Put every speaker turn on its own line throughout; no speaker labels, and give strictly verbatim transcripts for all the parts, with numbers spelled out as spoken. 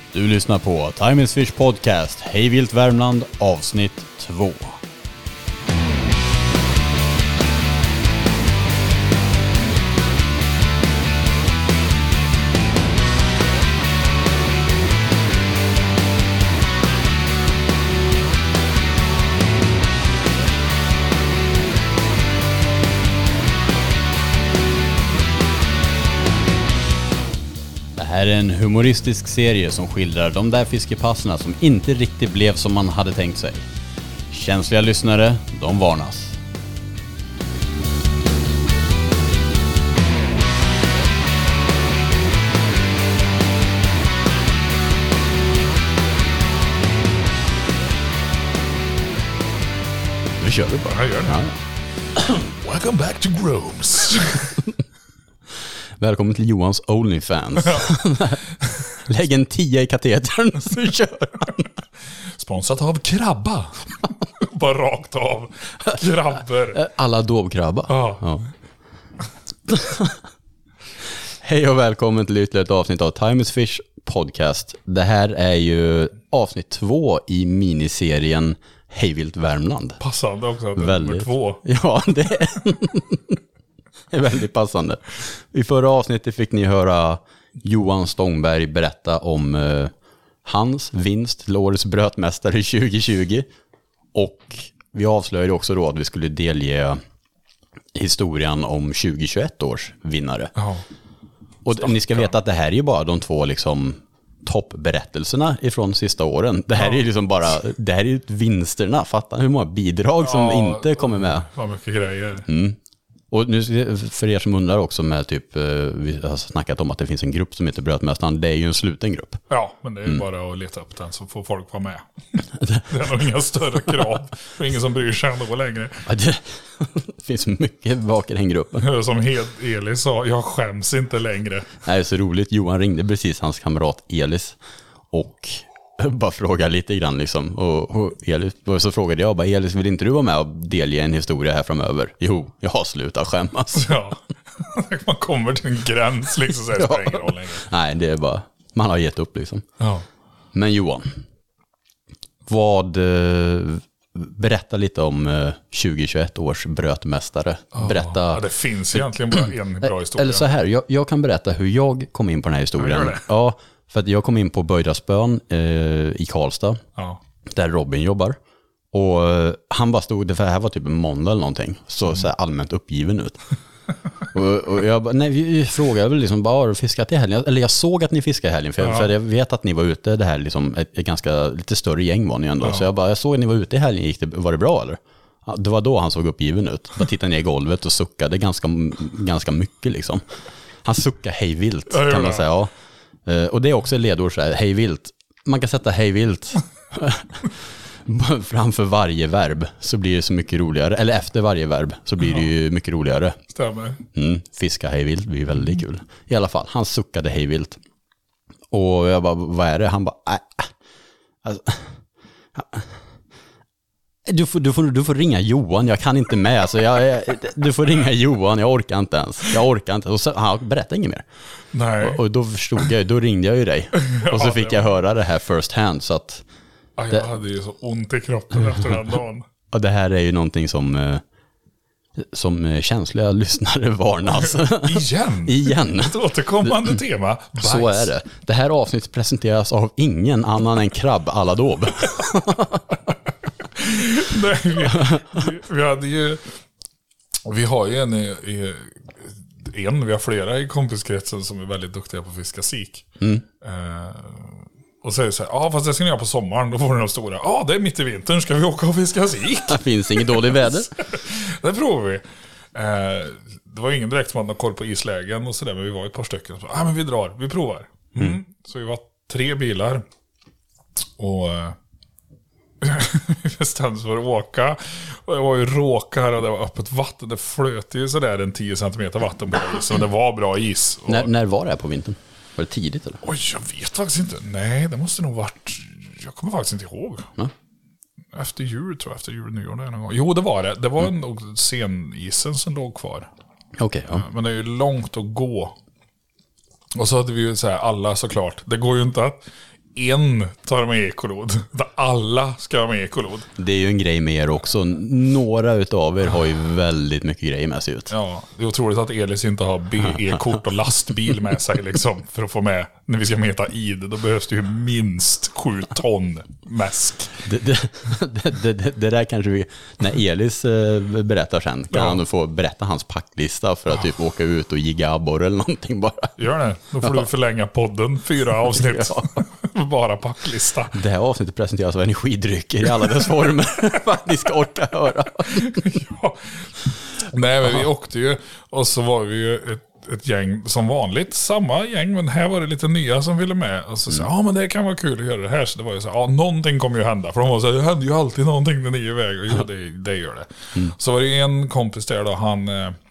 Du lyssnar på Time is Fish Podcast, Hej Vilt Värmland, avsnitt två. Det här är en humoristisk serie som skildrar de där fiskepasserna som inte riktigt blev som man hade tänkt sig. Känsliga lyssnare, de varnas. Nu kör vi bara.
Jag gör det. Ja. Welcome back to Groves.
Välkommen till Johans OnlyFans. Lägg en tia i katetern så kör han.
Sponsrat av Krabba. Bara rakt av. Krabber.
Alla dovkrabba.
Ja.
Ja. Hej och välkommen till ytterligare ett avsnitt av Time is Fish Podcast. Det här är ju avsnitt två i miniserien Hej Vilt Värmland.
Passande också.
Väldigt.
Nummer två.
Ja, det är... Det är väldigt passande. I förra avsnittet fick ni höra Johan Stångberg berätta om eh, hans vinst till årets brötmästare tjugo tjugo. Och vi avslöjade också då att vi skulle delge historien om tjugo tjugoett års vinnare.
Ja.
Och
Stackarn.
Ni ska veta att det här är ju bara de två liksom toppberättelserna ifrån sista åren. Det här
Ja.
är ju liksom bara, det här är ju vinsterna. Fattar hur många bidrag som
Ja,
inte kommer med.
Vad mycket grejer.
Mm. Och nu för er som undrar också med typ, vi har snackat om att det finns en grupp som heter Brötmästaren, det är ju en sluten grupp.
Ja, men det är ju
Mm.
bara att leta upp den så får folk vara med. Det är nog inga större krav. Det är ingen som bryr sig ändå längre.
Ja, det, det finns mycket bak i den gruppen.
Som Hed Eli sa, jag skäms inte längre.
Det är så roligt, Johan ringde precis hans kamrat Elis och bara fråga lite grann liksom. Och, och, Elis, och så frågade jag bara, Elis, vill inte du vara med och delge en historia här framöver? Jo, jag har slutat skämmas.
Ja, man kommer till en gräns liksom, så det spelar ingen roll längre.
Nej, det är bara, man har gett upp liksom.
Ja.
Men Johan, vad, eh, berätta lite om eh, tjugo tjugoett års brötmästare. Berätta.
Ja, det finns egentligen bara en bra historia.
Eller så här, jag, jag kan berätta hur jag kom in på den här historien.
Ja, gör det.
Ja, för att jag kom in på Böjdaspön eh, i Karlstad,
Ja.
där Robin jobbar. Och eh, han bara stod, för det här var typ en måndag eller någonting, så, mm. så här allmänt uppgiven ut. och, och jag bara, nej, vi frågade väl liksom, bara, har du fiskat i helgen? Eller jag såg att ni fiskade i helgen, för,
Ja.
för jag vet att ni var ute, det här liksom, ett, ett ganska, lite större gäng var ni ändå.
Ja.
Så jag bara, jag såg att ni var ute i helgen, gick det, var det bra eller? Ja, det var då han såg uppgiven ut. Bara tittade ner i golvet och suckade ganska, ganska mycket liksom. Han suckade hej vilt,
Ja,
kan man
ja.
säga, ja. Uh, och det är också ledord så här, hej vilt. Man kan sätta hej vilt framför varje verb, så blir det så mycket roligare. Eller efter varje verb så blir det ju mycket roligare.
Stämmer.
Mm, fiska hej vilt blir väldigt kul. I alla fall, han suckade hej vilt. Och jag bara, vad är det? Han bara, äh, alltså, du, får, du, får, du får ringa Johan, jag kan inte med. Alltså, jag, jag, du får ringa Johan, jag orkar inte ens. Jag orkar inte. Och så, han berättade inget mer.
Nej.
Och, och då förstod jag, då ringde jag ju dig. Och så
Ja,
fick
det
jag
var-
höra det här first hand. Så att,
Ja, jag
det-
hade ju så ont i kroppen efter den dagen.
och det här är ju någonting som, eh, som eh, känsliga lyssnare varnas.
Igen?
Igen.
Ett återkommande tema. Bajs.
Så är det. Det här avsnittet presenteras av ingen annan än Krabb Aladob.
Nej, vi, vi, vi hade ju... Vi har ju en, i, i, en, vi har flera i kompiskretsen som är väldigt duktiga på att fiska sik.
Mm.
Eh, och säger så här, ja fast det ska ni göra på sommaren, då får ni de stora. Ja, det är mitt i vintern, ska vi åka och fiska sik?
Det finns inget dåligt väder.
Det provar vi. Eh, det var ingen direkt som hade någon koll på islägen och sådär, men vi var ett par stycken. Ja, ah, men vi drar, vi provar. Mm. Mm. Så vi var tre bilar. Och eh, vi bestämde oss för att åka. Och det var ju råka här och det var öppet vatten. Det flöt ju sådär en tio centimeter vatten på is. Och det var bra is. Och,
När, när var det här på vintern? Var det tidigt eller?
oj, jag vet faktiskt inte. Nej, det måste nog varit... Jag kommer faktiskt inte ihåg.
Ja.
Efter jul tror jag, efter jul och nyår där någon gång. Jo, det var det. Det var mm. nog senisen som låg kvar.
Okej, okay, ja.
Men det är ju långt att gå. Och så hade vi ju så här, alla såklart. Det går ju inte att en tar med ekolod. Alla ska ha med ekolod.
Det är ju en grej med er också. Några utav er har ju väldigt mycket grejer med sig ut.
Ja, det är otroligt att Elis inte har B E-kort och lastbil med sig liksom, för att få med när vi ska meta id. Då behövs det ju minst sju ton mäsk.
Det, det, det, det, det där kanske vi, när Elis berättar sen, kan ja. han få berätta hans packlista för att typ åka ut och gigga abborre eller någonting bara.
Gör det. Då får du förlänga podden fyra avsnitt. Ja. Bara packlista.
Det här avsnittet presenteras av energidrycker i alla dess former för att ni ska orka höra.
Ja. Nej, men vi åkte ju och så var vi ju ett, ett gäng som vanligt, samma gäng, men här var det lite nya som ville med. Och så sa ja, mm. ah, men det kan vara kul att göra det här. Så det var ju så ja, ah, någonting kommer ju hända. För de var så här, det händer ju alltid någonting när ni är iväg. Och jo, det, det gör det. Mm. Så var det en kompis där då, han,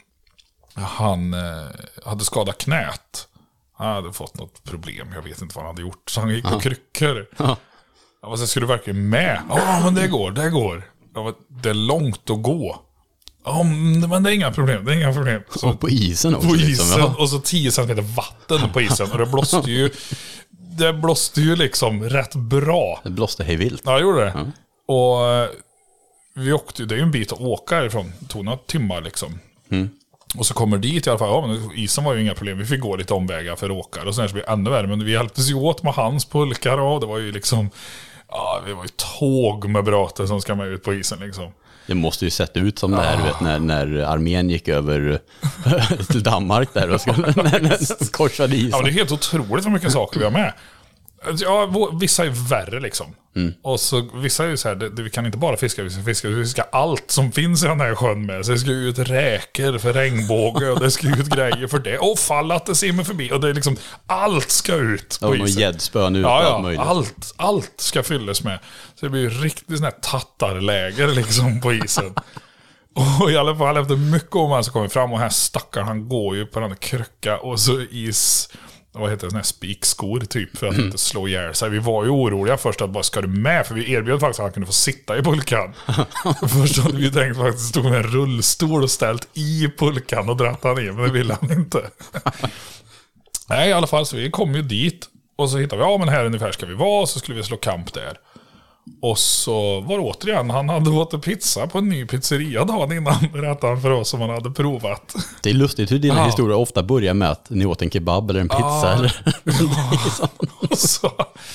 han hade skadat knät. Han hade fått något problem, jag vet inte vad han hade gjort. Så han gick på ja. kryckor. Ja. Jag var så, ska du verkligen med? Ja, men det går, det går. Jag var, det är långt att gå. Ja, men det är inga problem, det är inga problem. Så,
och på isen också.
På isen,
liksom, ja.
och så tio centimeter vatten på isen. Och det blåste ju, det blåste ju liksom rätt bra.
Det blåste hej vilt.
Ja, det gjorde det. Mm. Och vi åkte ju, det är ju en bit att åka ifrån. Det tog några timmar liksom. Mm. Och så kommer dit i alla fall, ja, men isen var ju inga problem. Vi fick gå lite omvägar för åkare och sen så blev det ännu värre. Men vi hjälptes ju åt med hans pulkar och det var ju liksom, ja, det var ju tåg med brater som ska med ut på isen liksom.
Det måste ju sett ut som ja. det här, vet, när, när armén gick över till Danmark där och skulle, när, när korsade isen.
Ja, det är helt otroligt hur mycket saker vi har med. Ja, vissa är värre liksom. Mm. Och så vissa är ju så här, det, det, vi kan inte bara fiska, vi ska fiska, vi ska allt som finns i den här sjön med. Så det ska ut räkor för regnbåge och det ska ut grejer för det. Och fall att det simmer förbi. Och det är liksom, allt ska ut på
isen. Och gäddspön ut.
Ja, ja, allt, allt ska fyllas med. Så det blir ju riktigt sån här tattarläger liksom på isen. Och i alla fall efter mycket om han så kommer fram och här stackaren, han går ju på den här kröka och så is... Vad heter det, såna här spikskor typ för att mm. inte slå ihjäl sig. Vi var ju oroliga först att bara, ska du med? För vi erbjöd faktiskt att han kunde få sitta i pulkan. Först hade vi tänkt faktiskt stod med en rullstol och ställt i pulkan och dratt han i, men det ville han inte. Nej, i alla fall så vi kom ju dit och så hittade vi, ja men här ungefär ska vi vara, så skulle vi slå kamp där. Och så var det återigen, han hade åt pizza på en ny pizzeria dagen innan, berättade han för oss som han hade provat.
Det är lustigt hur dina ja. historier ofta börjar med att ni åt en kebab eller en pizza. Ja. Eller
och, så.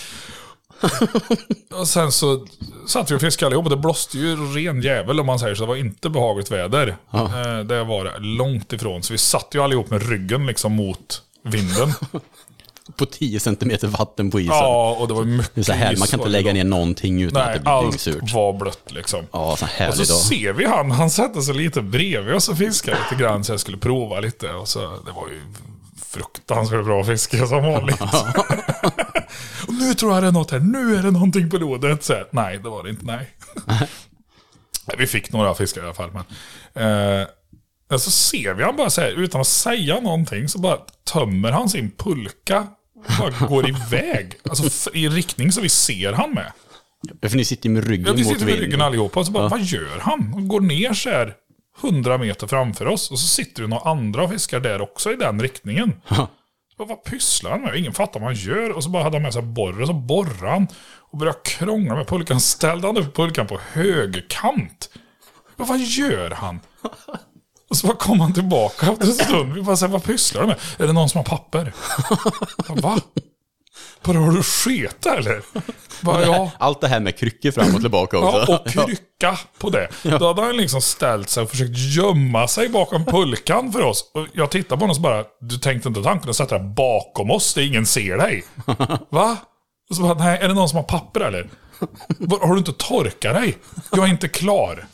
Och sen så satt vi och fiskade allihop och det blåste ju ren jävel om man säger så. Det var inte behagligt väder. Ja. Det var långt ifrån. Så vi satt ju allihop med ryggen liksom mot vinden.
På tio centimeter vatten på isen.
Ja, och det var mycket
det är så här, man kan inte lägga ner någonting utan
nej,
att det blir dyngsurt.
Allt var blött liksom.
Ja, så
och så
då.
ser vi han, han sätter sig lite bredvid och så fiskar lite grann så jag skulle prova lite. Och så, det var ju fruktansvärt bra fiske som vanligt. Och nu tror jag det är något här, nu är det någonting på lodet. Så här, nej, det var det inte, nej. Vi fick några fiskar i alla fall, men... Eh, så ser vi han bara så här, utan att säga någonting så bara tömmer han sin pulka och bara går iväg. Alltså i riktning så vi ser han med.
Ja, för ni sitter med ryggen mot vinden.
Ja, vi sitter med ryggen allihopa och så bara, ja. Vad gör han? Han går ner så här hundra meter framför oss och så sitter det några andra fiskar där också i den riktningen. Ja. Så bara, vad pysslar han med? Ingen fattar vad han gör. Och så bara hade han med sig borr och så borrar han och började krångla med pulkan. Ställde han upp pulkan på högerkant. Vad gör han? Och så kom han tillbaka efter en stund. Vi bara säger, vad pysslar du med? Är det någon som har papper? Jag bara, va? Bara har du sketa eller? Bara, ja.
Allt det här med kryckor fram och tillbaka också.
Ja, och krycka på det. Ja. Då hade han liksom ställt sig och försökt gömma sig bakom pulkan för oss. Och jag tittar på honom och så bara, du tänkte inte att han kunde sätta dig bakom oss, det ingen ser dig. Va? Och så bara, nej, är det någon som har papper eller? Har du inte torkat dig? Jag är inte klar.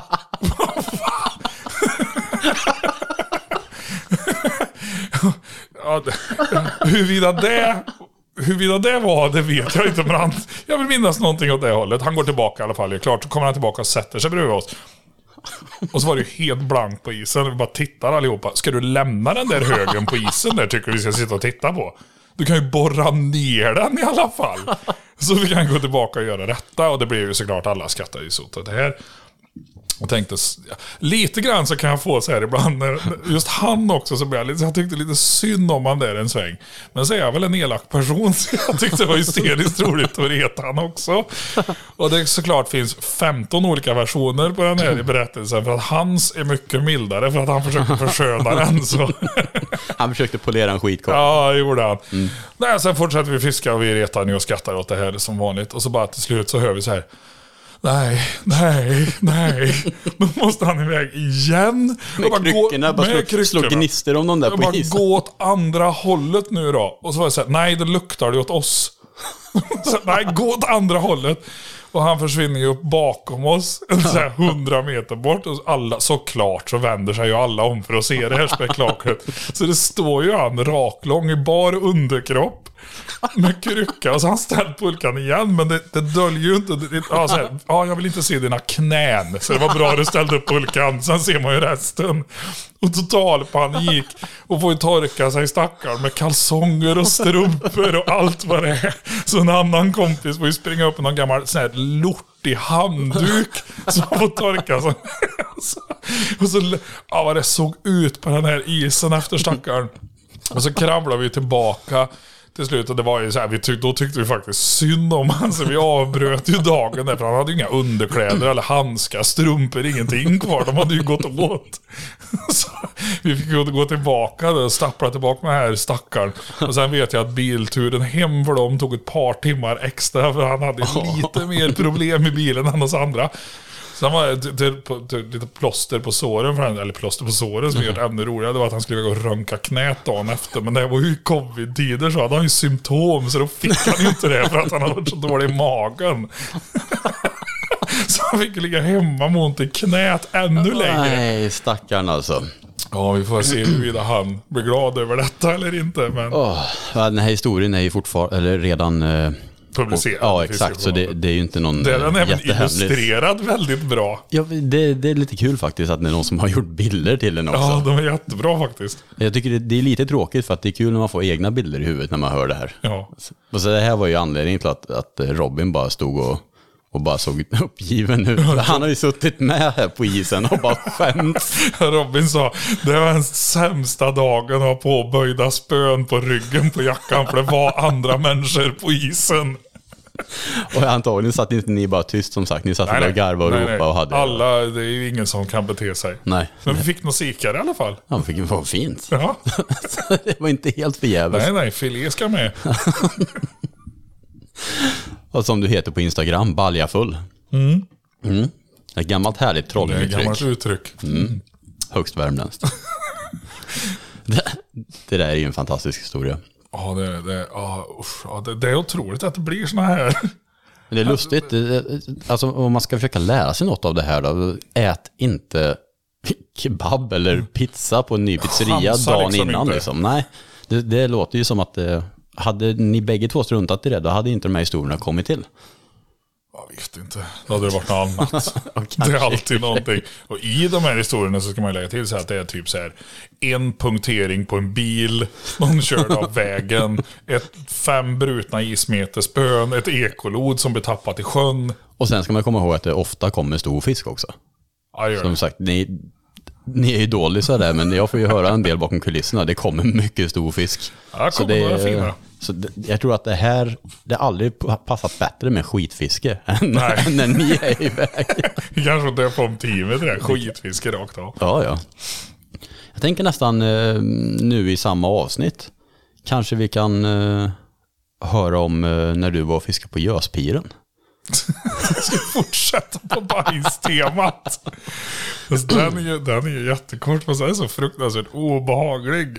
Ja, huruvida det huruvida det var, det vet jag inte, men han, jag vill minnas någonting åt det hållet. Han går tillbaka i alla fall, det är klart. Så kommer han tillbaka och sätter sig bredvid oss. Och så var det ju helt blankt på isen. Vi bara tittar allihopa. Ska du lämna den där högen på isen där, tycker vi ska sitta och titta på? Du kan ju borra ner den i alla fall. Så vi kan gå tillbaka och göra detta. Och det blir ju såklart, alla skrattar ju så åt det här. Och tänkte, lite grann så kan jag få så här ibland, just han också, så jag, lite, jag tyckte lite synd om han där en sväng. Men så är jag väl en elak person, så jag tyckte det var hysteriskt roligt att reta han också. Och det såklart finns femton olika versioner på den här berättelsen, för att hans är mycket mildare, för att han försökte försköna den. Så.
Han försökte polera en skitkorv.
Ja, det gjorde han. Mm. Nej, sen fortsätter vi fiska och vi retar nu och skrattar åt det här som vanligt. Och så bara till slut så hör vi så här: Nej, nej, nej. Då måste han iväg igen.
Med bara kryckorna, gå, bara med slå, slå gnister om de där på isen.
Bara gå åt andra hållet nu då. Och så var det så här, nej, det luktar det åt oss. Så, nej, gå åt andra hållet. Och han försvinner ju upp bakom oss, så här hundra meter bort. Och alla, såklart så vänder sig ju alla om för att se det här spektaklet. Så det står ju han raklång i bar underkropp med krycka, och så har han ställt pulkan igen, men det, det döljer ju inte det, ja, så här, ja, jag vill inte se dina knän, så det var bra att du ställde upp pulkan. Sen ser man ju resten. Och total panik, och får ju torka sig stackar med kalsonger och strumpor och allt vad det är. Så en annan kompis får ju springa upp med någon gammal sån här lortig handduk som får torka sig. Och så, ja, vad det såg ut på den här isen efter stackaren. Och så kravlar vi tillbaka till slut, och det var ju så här, vi tyck, då tyckte vi faktiskt synd om han, så vi avbröt ju dagen där, för han hade ju inga underkläder eller handskar, strumpor, ingenting kvar, de hade ju gått åt. Så vi fick ju gå tillbaka och stappla tillbaka med här stackaren. Och sen vet jag att bilturen hem för dem tog ett par timmar extra, för han hade lite mer problem i bilen än oss andra. Sen var det lite plåster på såren, för, eller plåster på såren som mm. gjort ännu roligare. Det var att han skulle gå och rönka knät dagen efter. Men det var ju covid-tider, så hade han ju symptom, så då fick han ju inte det för att han hade varit så dålig i magen. Så han fick ligga hemma med ont i knät ännu längre.
Nej, stackarn alltså.
Ja, vi får se huruvida han blir glad över detta eller inte. Men...
Oh, den här historien är ju fortfarande, eller redan... Eh...
publicerad.
Ja, exakt. Så det, det är ju inte någon
det är den även illustrerad väldigt bra.
Ja, det, det är lite kul faktiskt att det är någon som har gjort bilder till den också.
Ja, de är jättebra faktiskt.
Jag tycker det, det är lite tråkigt, för att det är kul när man får egna bilder i huvudet när man hör det här.
Ja.
Och så det här var ju anledningen till att, att Robin bara stod och, och bara såg uppgiven ut. Han har ju suttit med här på isen och bara skämt.
Robin sa, det var den sämsta dagen att ha påböjda spön på ryggen på jackan, för det var andra människor på isen.
Och antagligen satt inte ni bara tyst, som sagt. Ni satt nej, och garvade och ropade och hade...
Alla, det är ju ingen som kan bete sig.
Nej.
Men vi fick något sikare i alla fall.
Ja, vi fick en vad fint.
Ja.
Det var inte helt förgäves.
Nej, nej, filé ska med.
Och som du heter på Instagram, baljafull.
Mm.
Mm. Ett gammalt härligt trolluttryck.
Det är ett gammalt uttryck.
Mm. Högst värmländskt. det, det där är ju en fantastisk historia.
Ja, det, det, ja, usch, ja det, det är otroligt att det blir såna här.
Men det är lustigt. Alltså, om man ska försöka lära sig något av det här då, ät inte kebab eller pizza på en ny pizzeria Chansa dagen liksom innan. Liksom. Nej, det, det låter ju som att det, hade ni bägge två struntat i det, då hade inte de här historierna kommit till.
Jag vet inte. Då hade det varit något annat. Det är alltid någonting. Och i de här historierna så ska man lägga till så att det är typ så här: en punktering på en bil, någon körd av vägen, ett fem brutna ismeterspön, ett ekolod som blir tappat i sjön.
Och sen ska man komma ihåg att det ofta kommer stor fisk också.
Ja, gör det.
Som sagt, ni, ni är ju dåliga där, men jag får ju höra en del bakom kulisserna. Det kommer mycket stor fisk.
Ja,
så
det kommer fina.
Så det, jag tror att det här, det har aldrig passat bättre med skitfiske än när ni är iväg.
Kanske inte på om teamet det där, skitfiske rakt av.
Ja, ja. Jag tänker nästan eh, nu i samma avsnitt kanske vi kan eh, höra om eh, när du var och fiskade på Göspiren.
Jag ska fortsätta på bajstemat. Den är ju, den är ju jättekort, men så är så fruktansvärt obehaglig.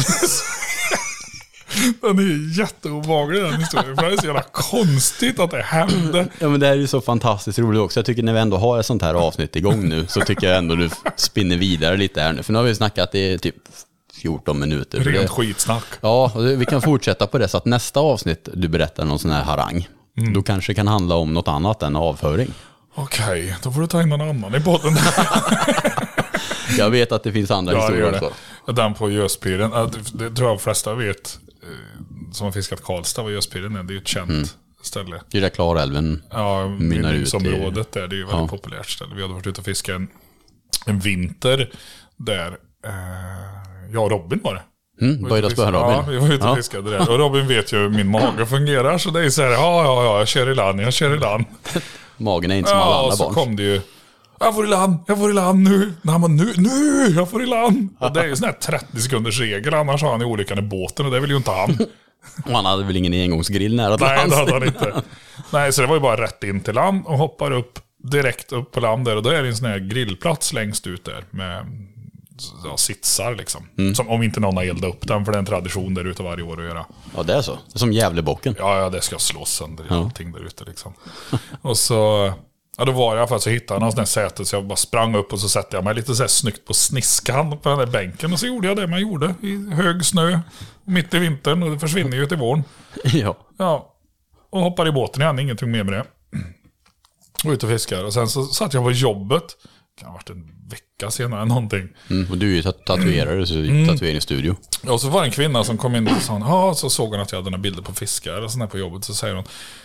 Den är ju jätteobehaglig, den historien. För det är så jävla konstigt att det hände.
Ja, men det här är ju så fantastiskt roligt också. Jag tycker när vi ändå har ett sånt här avsnitt igång nu, så tycker jag ändå du spinner vidare lite här nu. För nu har vi snackat i typ fjorton minuter.
Rent
det,
skitsnack.
Ja, och vi kan fortsätta på det, så att nästa avsnitt du berättar någon sån här harang. Mm. Då kanske det kan handla om något annat än avföring.
Okej, okay, då får du ta in någon annan i podden.
Jag vet att det finns andra ja, historier också.
Den på Göspiren, det tror jag de flesta vet som har fiskat Karlstad, vad Göspiren är. Det är ju ett känt mm. ställe.
Det är där Klarälven
Ja,
mynnar ut i...
mynningsområdet där. Det är ju ett väldigt
Ja.
populärt ställe. Vi hade varit ute och fiskat en, en vinter där. Eh, ja, Robin var det.
Mm, Böjda spöen Robin.
Ja, vi var ute och
Ja.
fiskade där. Och Robin vet ju hur min mage fungerar. Så det är så här, ja, ja, ja, jag kör i land, jag kör i land.
Magen är inte som alla
Ja,
andra
och så
barn.
kom det ju, jag får i land, jag får i land nu. Nej, men nu, nu, jag får i land. Och det är ju sån här trettio sekunders regel, annars har han ju olyckan i båten och det vill ju inte han.
Och han hade väl ingen engångsgrill nära till
Nej,
hands.
det hade han inte. Nej, så det var ju bara rätt in till land och hoppar upp direkt upp på land där. Och då är det en sån här grillplats längst ut där med ja, sitsar liksom.
Mm.
Som om inte någon har eldat upp den, för det är en tradition där ute varje år att göra.
Ja, det är så. Det är som Gävlebocken.
Ja, ja, det ska slås sönder i allting där ute liksom. Och så, ja, då var jag för att så hittade jag någon sån här säte, så jag bara sprang upp och så satte jag mig lite så här snyggt på sniskan på den där bänken. Och så gjorde jag det man gjorde i hög snö mitt i vintern, och det försvinner ju till våren.
Ja.
Ja, och hoppar i båten igen, ingenting mer med det. Och ut och fiskar. Och sen så satt jag på jobbet. Det kan ha varit en vecka senare någonting.
Mm, och du är ju tat- tatuerare, så mm. tatueringsstudio.
Och så var det en kvinna som kom in och sa, ja, så såg hon att jag hade några bilder på fiskar och sådär på jobbet. Så säger hon,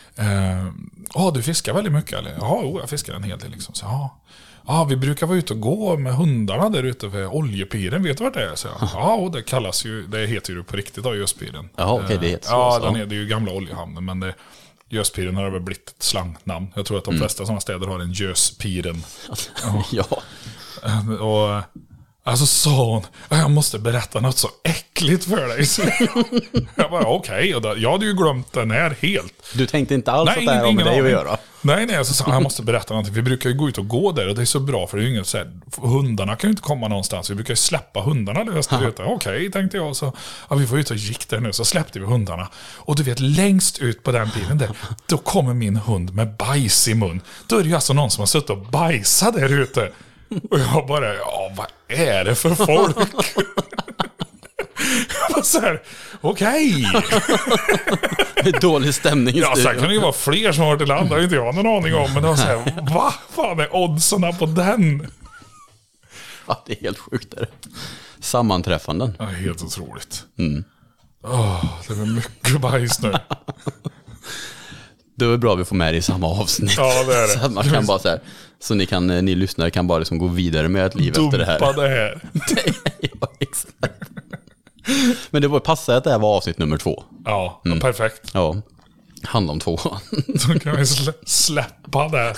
ja, du fiskar väldigt mycket eller? Ja, jo, jag fiskar en hel del liksom. Så, ja. Ja, vi brukar vara ute och gå med hundarna där ute vid Oljepiren. Vet du vad det är? Så, ja, och det kallas ju, det heter ju på riktigt då, Göspiren.
Jaha, okej, okay, det heter så.
Ja,
så.
den är, det är ju gamla oljehamnen, men det, Göspiren har väl blivit ett slangnamn. Jag tror att de mm. flesta sådana städer har en Göspiren.
Ja.
Och alltså sa hon, jag måste berätta något så äckligt för dig. Så jag bara, okej. Okay. Jag hade ju glömt den här helt.
Du tänkte inte alls nej, att det här har med dig att göra?
Nej, nej. Så sa jag måste berätta någonting. Vi brukar ju gå ut och gå där och det är så bra, för det är ju inget så här, hundarna kan ju inte komma någonstans. Vi brukar ju släppa hundarna löst. Okej, okay, tänkte jag. Så ja, vi var ute och gick där nu, så släppte vi hundarna. Och du vet, längst ut på den bilen där, då kommer min hund med bajs i mun. Då är det ju alltså någon som har suttit och bajsat där ute. Och jag bara, ja, vad är det för folk? Jag var så här, okej.
Det är dålig stämning i
ja,
studion.
sen kan det ju vara fler som har varit i land. Det har inte jag någon aning om. Men det var så här, vad fan är oddsen på den?
Ja, det är helt sjukt. Där. Sammanträffanden.
Ja, helt otroligt.
Mm.
Oh, det är mycket bajs nu.
Det är bra att vi får med det i samma avsnitt.
Ja, det är det.
Så att man kan bara så här, så ni kan, ni lyssnare kan bara liksom gå vidare med ett liv
Dumpa
efter det här.
det här.
Ja, exakt. Men det var passa att det här var avsnitt nummer två.
Ja, mm. perfekt.
Ja, handla om två.
Så kan vi slä- släppa det.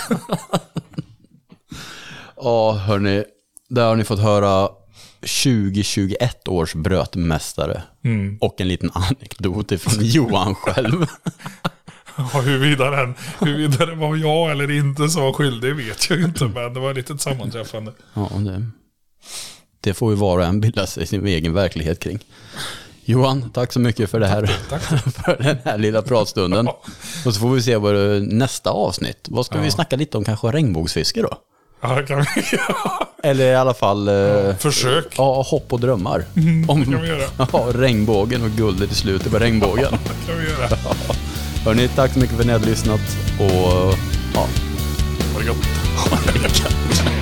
Ja, hörni, där har ni fått höra tjugo tjugoett års brötmästare. Mm. Och en liten anekdot från Johan själv.
Ja, huruvida den, huruvida det var jag eller inte som var skyldig vet jag inte, men det var lite ett sammanträffande.
Ja, det, det får ju var och en bilda sig sin egen verklighet kring. Johan, tack så mycket för det här,
tack, tack.
för den här lilla pratstunden.
Ja.
Och så får vi se vad det, nästa avsnitt. Vad ska ja. vi snacka lite om, kanske regnbågsfiske då?
Ja, det kan vi göra.
Eller i alla fall
ja, försök.
Ja, hopp och drömmar.
Mm, om, det kan vi göra.
Ja, regnbågen och guldet i slutet på regnbågen.
Ja, det kan vi göra.
Ja. Hörrni, tack så mycket för att ni har lyssnat och ja.
Ha det gott.